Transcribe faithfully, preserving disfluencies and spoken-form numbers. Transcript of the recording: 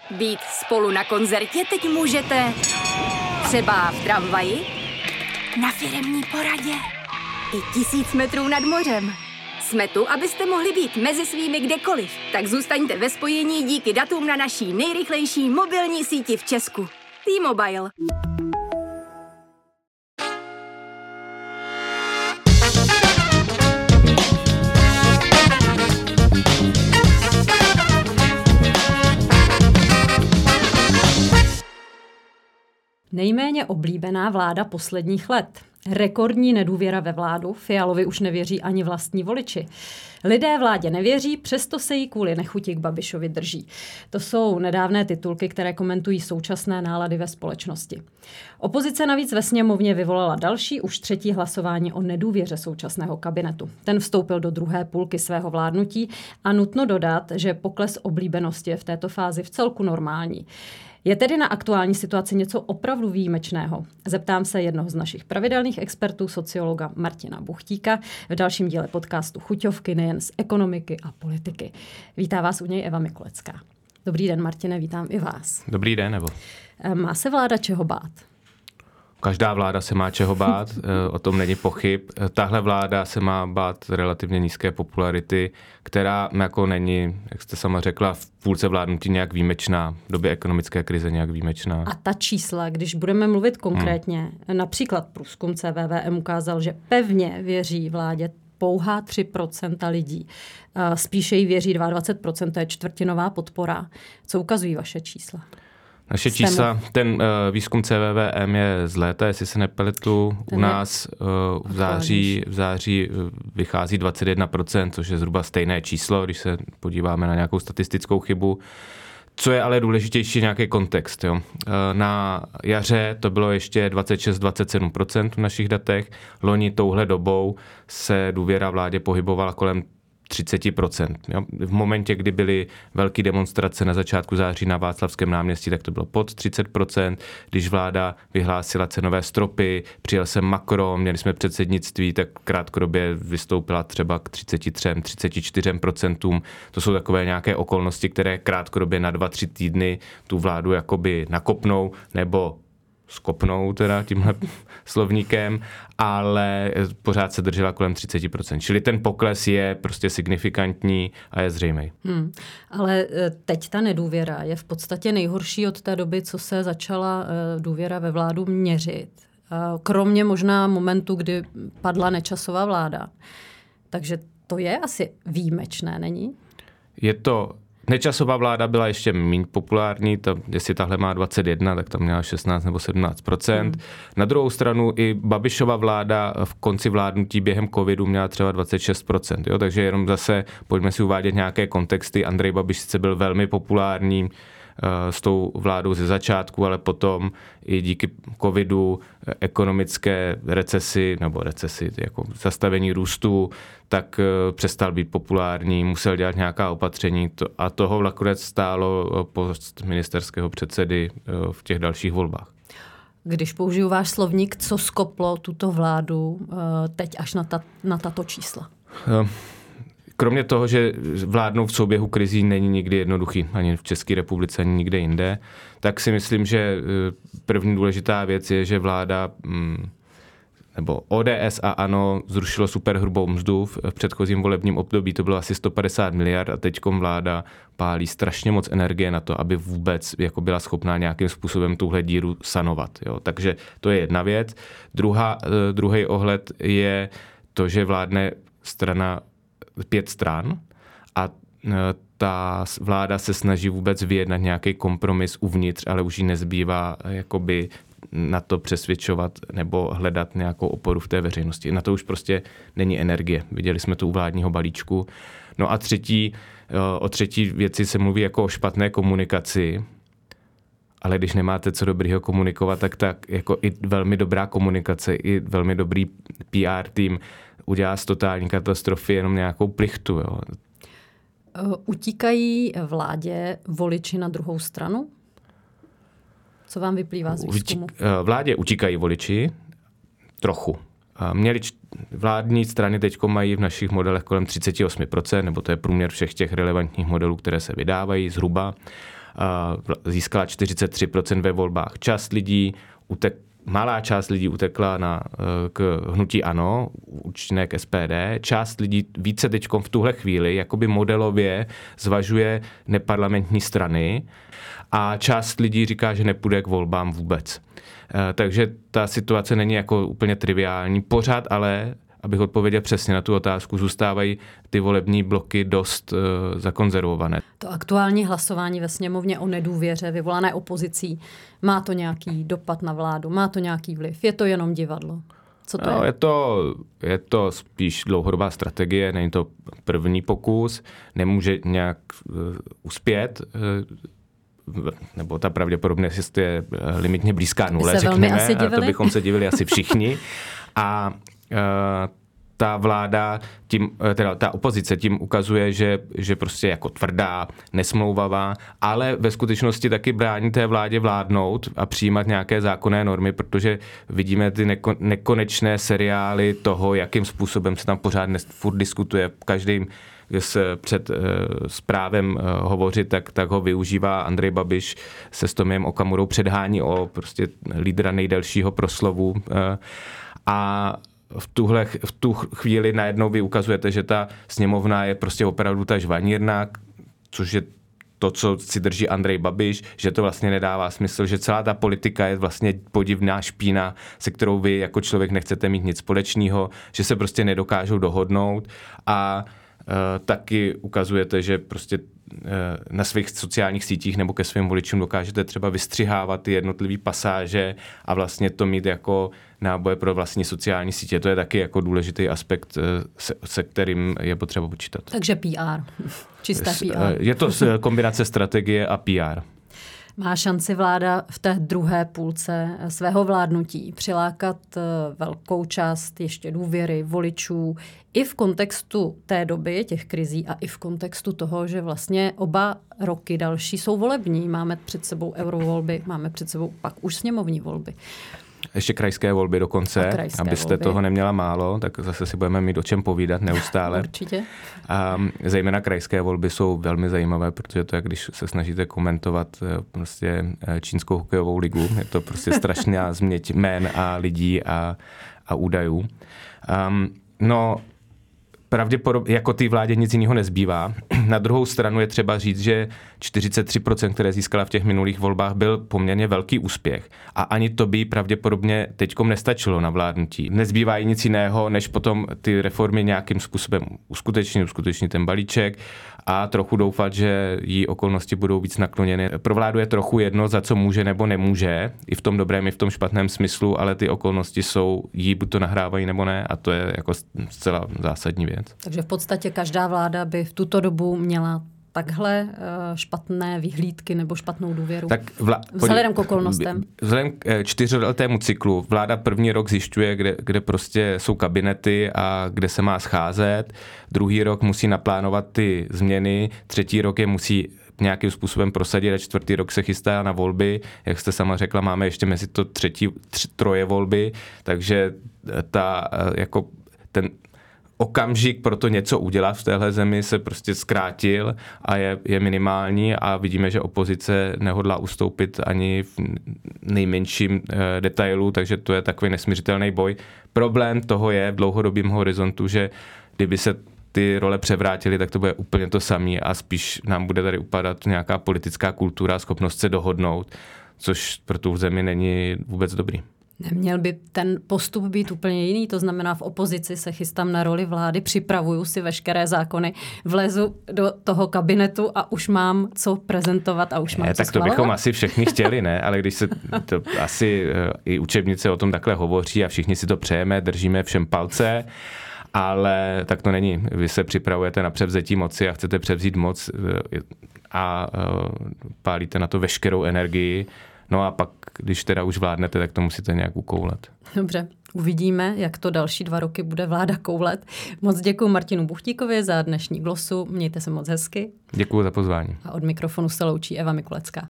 Být spolu na koncertě teď můžete třeba v tramvaji, na firemní poradě i tisíc metrů nad mořem. Jsme tu, abyste mohli být mezi svými kdekoliv. Tak zůstaňte ve spojení díky datům na naší nejrychlejší mobilní síti v Česku. T-Mobile. Nejméně oblíbená vláda posledních let. Rekordní nedůvěra ve vládu, Fialovi už nevěří ani vlastní voliči. Lidé vládě nevěří, přesto se jí kvůli nechuti k Babišovi drží. To jsou nedávné titulky, které komentují současné nálady ve společnosti. Opozice navíc ve sněmovně vyvolala další, už třetí hlasování o nedůvěře současného kabinetu. Ten vstoupil do druhé půlky svého vládnutí a nutno dodat, že pokles oblíbenosti je v této fázi vcelku normální. Je tedy na aktuální situaci něco opravdu výjimečného? Zeptám se jednoho z našich pravidelných expertů, sociologa Martina Buchtíka, v dalším díle podcastu Chuťovky nejen z ekonomiky a politiky. Vítá vás u něj Eva Mikulecká. Dobrý den, Martine, vítám i vás. Dobrý den, Evo. Má se vláda čeho bát? Každá vláda se má čeho bát, o tom není pochyb. Tahle vláda se má bát relativně nízké popularity, která jako není, jak jste sama řekla, v půlce vládnutí nějak výjimečná, v době ekonomické krize nějak výjimečná. A ta čísla, když budeme mluvit konkrétně, hmm. například průzkum C V V M ukázal, že pevně věří vládě pouhá tři procenta lidí. Spíše jí věří dvacet dva procent, to je čtvrtinová podpora. Co ukazují vaše čísla? Naše čísla, ten uh, výzkum C V V M je z léta, jestli se nepletu. U nás uh, v září, v září vychází dvacet jedna procent, což je zhruba stejné číslo, když se podíváme na nějakou statistickou chybu. Co je ale důležitější, nějaký kontext. Jo. Na jaře to bylo ještě dvacet šest až dvacet sedm procent v našich datech. Loni touhle dobou se důvěra vládě pohybovala kolem třicet procent. Jo. V momentě, kdy byly velké demonstrace na začátku září na Václavském náměstí, tak to bylo pod třicet procent. Když vláda vyhlásila cenové stropy, přijel se Macron, měli jsme předsednictví, tak krátkodobě vystoupila třeba k třicet tři až třicet čtyři procentům. To jsou takové nějaké okolnosti, které krátkodobě na dva, tři týdny tu vládu jakoby nakopnou nebo skopnou teda tímhle slovníkem, ale pořád se držela kolem třicet procent. Čili ten pokles je prostě signifikantní a je zřejmý. Hmm. Ale teď ta nedůvěra je v podstatě nejhorší od té doby, co se začala důvěra ve vládu měřit. Kromě možná momentu, kdy padla Nečasova vláda. Takže to je asi výjimečné, není? Je to Nečasová vláda byla ještě méně populární, ta, jestli tahle má dvacet jedna, tak tam měla šestnáct nebo sedmnáct procent. Hmm. Na druhou stranu i Babišova vláda v konci vládnutí během covidu měla třeba dvacet šest procent. Jo? Takže jenom zase pojďme si uvádět nějaké kontexty. Andrej Babiš sice byl velmi populární uh, s tou vládou ze začátku, ale potom i díky covidu, ekonomické recesi nebo recesi, jako zastavení růstu, tak přestal být populární, musel dělat nějaká opatření to, a toho nakonec stálo post ministerského předsedy v těch dalších volbách. Když použiju váš slovník, co skoplo tuto vládu teď až na, ta, na tato čísla? Kromě toho, že vládnout v souběhu krizí není nikdy jednoduchý, ani v České republice, ani nikde jinde, tak si myslím, že první důležitá věc je, že vláda nebo O D S a ANO zrušilo superhrubou mzdu v předchozím volebním období, to bylo asi sto padesát miliard a teďkom vláda pálí strašně moc energie na to, aby vůbec jako byla schopná nějakým způsobem tuhle díru sanovat. Jo. Takže to je jedna věc. Druhá, druhý ohled je to, že vládne strana pět stran a ta vláda se snaží vůbec vyjednat nějaký kompromis uvnitř, ale už jí nezbývá jakoby na to přesvědčovat nebo hledat nějakou oporu v té veřejnosti. Na to už prostě není energie. Viděli jsme to u vládního balíčku. No a třetí, o třetí věci se mluví jako o špatné komunikaci, ale když nemáte co dobrýho komunikovat, tak, tak jako i velmi dobrá komunikace, i velmi dobrý P R tým udělá z totální katastrofy jenom nějakou plichtu. Jo. Utíkají vládě voliči na druhou stranu? Co vám vyplývá z výzkumu? Vládě utíkají voliči trochu. Měli vládní strany teď mají v našich modelech kolem třicet osm procent, nebo to je průměr všech těch relevantních modelů, které se vydávají zhruba. získala čtyřicet tři procent ve volbách. Část lidí utek, malá část lidí utekla na, k hnutí ANO, určitě k S P D. Část lidí více teďkom v tuhle chvíli jakoby modelově zvažuje neparlamentní strany a část lidí říká, že nepůjde k volbám vůbec. Takže ta situace není jako úplně triviální. Pořád ale, abych odpověděl přesně na tu otázku, zůstávají ty volební bloky dost uh, zakonzervované. To aktuální hlasování ve sněmovně o nedůvěře vyvolané opozicí, má to nějaký dopad na vládu? Má to nějaký vliv? Je to jenom divadlo? Co to no, je? Je to, je to spíš dlouhodobá strategie, není to první pokus, nemůže nějak uh, uspět, uh, nebo ta pravděpodobnost je limitně blízká nule, řekněme, a to bychom se divili asi všichni. A uh, ta vláda, tím, teda ta opozice tím ukazuje, že, že prostě jako tvrdá, nesmlouvavá, ale ve skutečnosti taky brání té vládě vládnout a přijímat nějaké zákonné normy, protože vidíme ty neko, nekonečné seriály toho, jakým způsobem se tam pořád nes, furt diskutuje. Každým s, před uh, s právem uh, hovořit, tak, tak ho využívá Andrej Babiš se s Tomiem Okamurou, předhání o prostě lídra nejdelšího proslovu uh, a v tuhle v tu chvíli najednou vy ukazujete, že ta sněmovna je prostě opravdu ta žvanírna, což je to, co si drží Andrej Babiš, že to vlastně nedává smysl, že celá ta politika je vlastně podivná špína, se kterou vy jako člověk nechcete mít nic společného, že se prostě nedokážou dohodnout a uh, taky ukazujete, že prostě na svých sociálních sítích nebo ke svým voličům dokážete třeba vystřihávat ty jednotlivé pasáže a vlastně to mít jako náboje pro vlastní sociální sítě. To je taky jako důležitý aspekt, se, se kterým je potřeba počítat. Takže P R. Čisté P R. Je to kombinace strategie a P R. Má šanci vláda v té druhé půlce svého vládnutí přilákat velkou část ještě důvěry voličů i v kontextu té doby, těch krizí a i v kontextu toho, že vlastně oba roky další jsou volební. Máme před sebou eurovolby, máme před sebou pak už sněmovní volby. Ještě krajské volby dokonce, krajské abyste volby. Toho neměla málo, tak zase si budeme mít o čem povídat neustále. Určitě. A zejména krajské volby jsou velmi zajímavé, protože to je, když se snažíte komentovat prostě čínskou hokejovou ligu, je to prostě strašná změť jmén a lidí a, a údajů. Um, no, pravděpodobně jako té vládě nic jiného nezbývá. Na druhou stranu je třeba říct, že čtyřicet tři procent, které získala v těch minulých volbách, byl poměrně velký úspěch. A ani to by pravděpodobně teďkom nestačilo na vládnutí. Nezbývá jí nic jiného, než potom ty reformy nějakým způsobem uskutečnit, uskutečnit ten balíček a trochu doufat, že jí okolnosti budou víc nakloněny. Pro vládu je trochu jedno, za co může nebo nemůže, i v tom dobrém, i v tom špatném smyslu, ale ty okolnosti jsou, jí buď to nahrávají nebo ne, a to je jako zcela zásadní věc. Takže v podstatě každá vláda by v tuto dobu měla takhle špatné vyhlídky nebo špatnou důvěru? Tak vla... Vzhledem k okolnostem. Vzhledem k čtyřletému cyklu vláda první rok zjišťuje, kde, kde prostě jsou kabinety a kde se má scházet. Druhý rok musí naplánovat ty změny. Třetí rok je musí nějakým způsobem prosadit a čtvrtý rok se chystá na volby. Jak jste sama řekla, máme ještě mezi to třetí tři, troje volby, takže ta jako ten okamžik pro to něco udělat v téhle zemi se prostě zkrátil a je, je minimální a vidíme, že opozice nehodlá ustoupit ani v nejmenším e, detailu, takže to je takový nesmiřitelný boj. Problém toho je v dlouhodobém horizontu, že kdyby se ty role převrátily, tak to bude úplně to samé a spíš nám bude tady upadat nějaká politická kultura, schopnost se dohodnout, což pro tu zemi není vůbec dobrý. Neměl by ten postup být úplně jiný, to znamená v opozici se chystám na roli vlády, připravuju si veškeré zákony, vlezu do toho kabinetu a už mám co prezentovat a už mám ne, co tak to schvalovat? bychom asi všichni chtěli, ne? Ale když se to asi i učebnice o tom takhle hovoří a všichni si to přejeme, držíme všem palce, ale tak to není. Vy se připravujete na převzetí moci a chcete převzít moc a pálíte na to veškerou energii. No a pak, když teda už vládnete, tak to musíte nějak ukoulet. Dobře, uvidíme, jak to další dva roky bude vláda koulet. Moc děkuji Martinu Buchtíkovi za dnešní glosu. Mějte se moc hezky. Děkuji za pozvání. A od mikrofonu se loučí Eva Mikulecká.